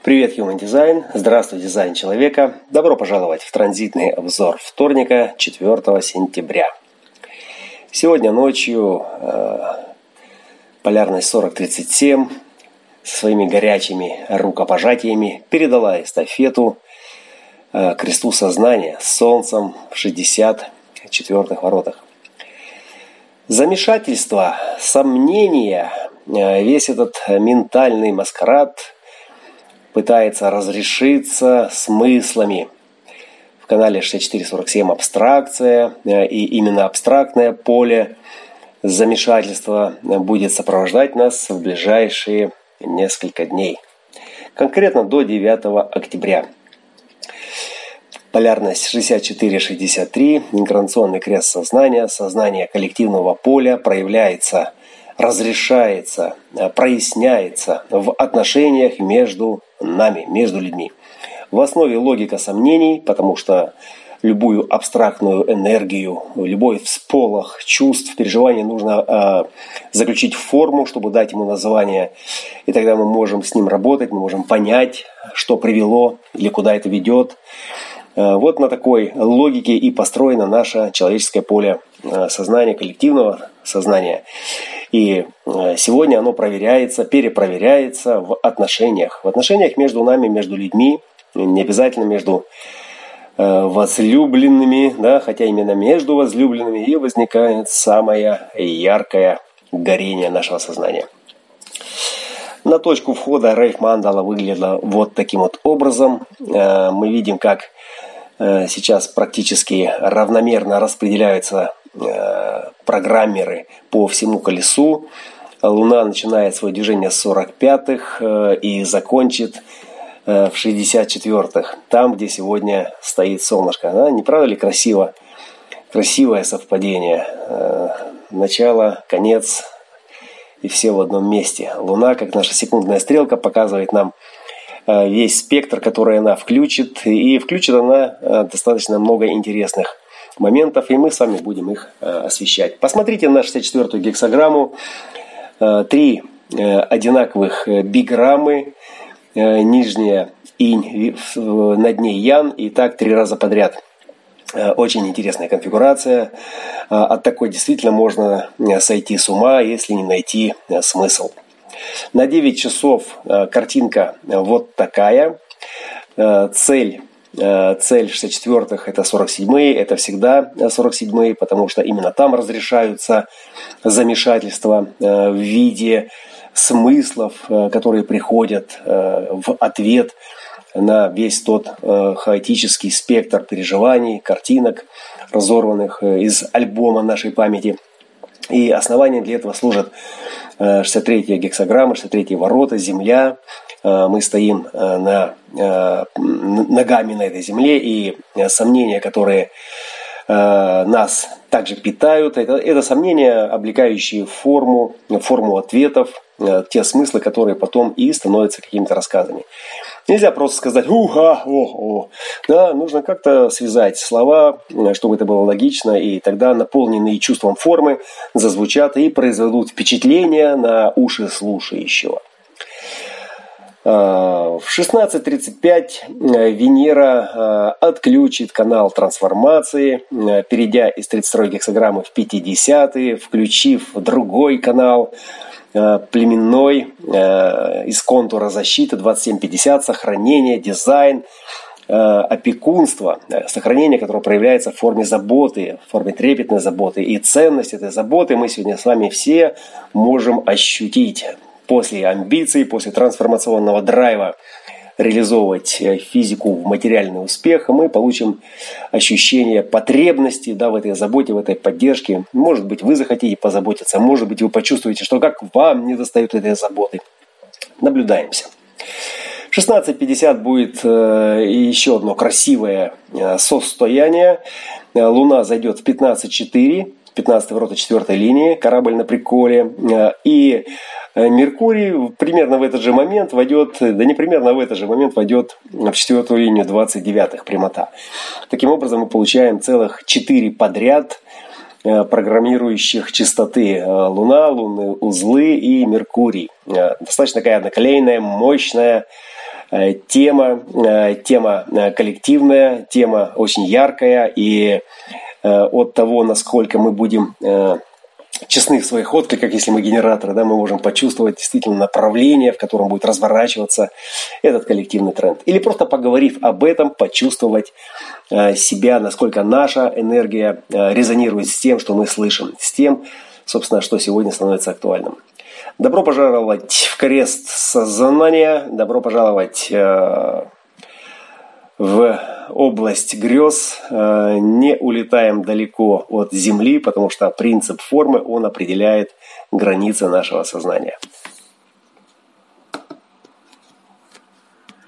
Привет, Human Design! Здравствуй, дизайн человека! Добро пожаловать в транзитный обзор вторника, 4 сентября. Сегодня ночью полярность 4037 со своими горячими рукопожатиями передала эстафету кресту сознания с Солнцем в 64-х воротах. Замешательство, сомнения, весь этот ментальный маскарад пытается разрешиться смыслами. В канале 6447 абстракция, и именно абстрактное поле замешательства будет сопровождать нас в ближайшие несколько дней. Конкретно до 9 октября. Полярность 64-63, инкарнационный крест сознания, сознание коллективного поля проявляется, разрешается, проясняется в отношениях между нами, между людьми. В основе логика сомнений, потому что любую абстрактную энергию, любой всполох чувств, переживаний нужно заключить в форму, чтобы дать ему название. И тогда мы можем с ним работать, мы можем понять, что привело или куда это ведет. Вот на такой логике и построено наше человеческое поле сознания, коллективного сознания. И сегодня оно проверяется, перепроверяется в отношениях. В отношениях между нами, между людьми, не обязательно между возлюбленными, да, хотя именно между возлюбленными и возникает самое яркое горение нашего сознания. На точку входа рейх-мандала выглядела вот таким вот образом. Мы видим, как сейчас практически равномерно распределяются программеры по всему колесу. Луна начинает свое движение с 45-х и закончит в 64-х, там, где сегодня стоит солнышко. Не правда ли красиво? Красивое совпадение. Начало, конец и все в одном месте. Луна, как наша секундная стрелка, показывает нам весь спектр, который она включит. И включит она достаточно много интересных моментов, и мы с вами будем их освещать. Посмотрите на 64-ю гексаграмму. 3 одинаковых биграммы. Нижняя инь, над ней ян. И так 3 раза подряд. Очень интересная конфигурация. От такой действительно можно сойти с ума, если не найти смысл. На 9 часов картинка вот такая. Цель 64-х это 47-е, это всегда 47-е, потому что именно там разрешаются замешательства в виде смыслов, которые приходят в ответ на весь тот хаотический спектр переживаний, картинок, разорванных из альбома нашей памяти. И основанием для этого служат 63-я гексаграмма, 63-е ворота, Земля. Мы стоим ногами на этой земле, и сомнения, которые нас также питают, это сомнения, облекающие форму ответов, те смыслы, которые потом и становятся какими-то рассказами. Нельзя просто сказать да, нужно как-то связать слова, чтобы это было логично, и тогда наполненные чувством формы зазвучат и произведут впечатление на уши слушающего. В 16:35 Венера отключит канал трансформации, перейдя из 32-й гексаграммы в 50-е, включив другой канал племенной из контура защиты 2750, сохранение, дизайн, опекунство, сохранение, которое проявляется в форме заботы, в форме трепетной заботы. И ценность этой заботы мы сегодня с вами все можем ощутить. После амбиций, после трансформационного драйва реализовывать физику в материальный успех, мы получим ощущение потребности, в этой заботе, в этой поддержке. Может быть, вы захотите позаботиться, может быть, вы почувствуете, что как вам недостает этой заботы. Наблюдаемся. В 16:50 будет еще одно красивое состояние. Луна зайдет в 15:04, 15 ворота 4 линии, корабль на приколе. И Меркурий примерно в этот же момент войдет, войдет в 4 линию 29-х, прямота. Таким образом, мы получаем целых 4 подряд программирующих частоты: Луна, лунные узлы и Меркурий. Достаточно такая одноклейная, мощная тема коллективная, тема очень яркая, и от того, насколько мы будем честны в своих откликах, если мы генераторы, да, мы можем почувствовать действительно направление, в котором будет разворачиваться этот коллективный тренд. Или просто поговорив об этом, почувствовать себя, насколько наша энергия резонирует с тем, что мы слышим, с тем, собственно, что сегодня становится актуальным. Добро пожаловать в крест сознания, добро пожаловать в область грез. Не улетаем далеко от Земли, потому что принцип формы, он определяет границы нашего сознания.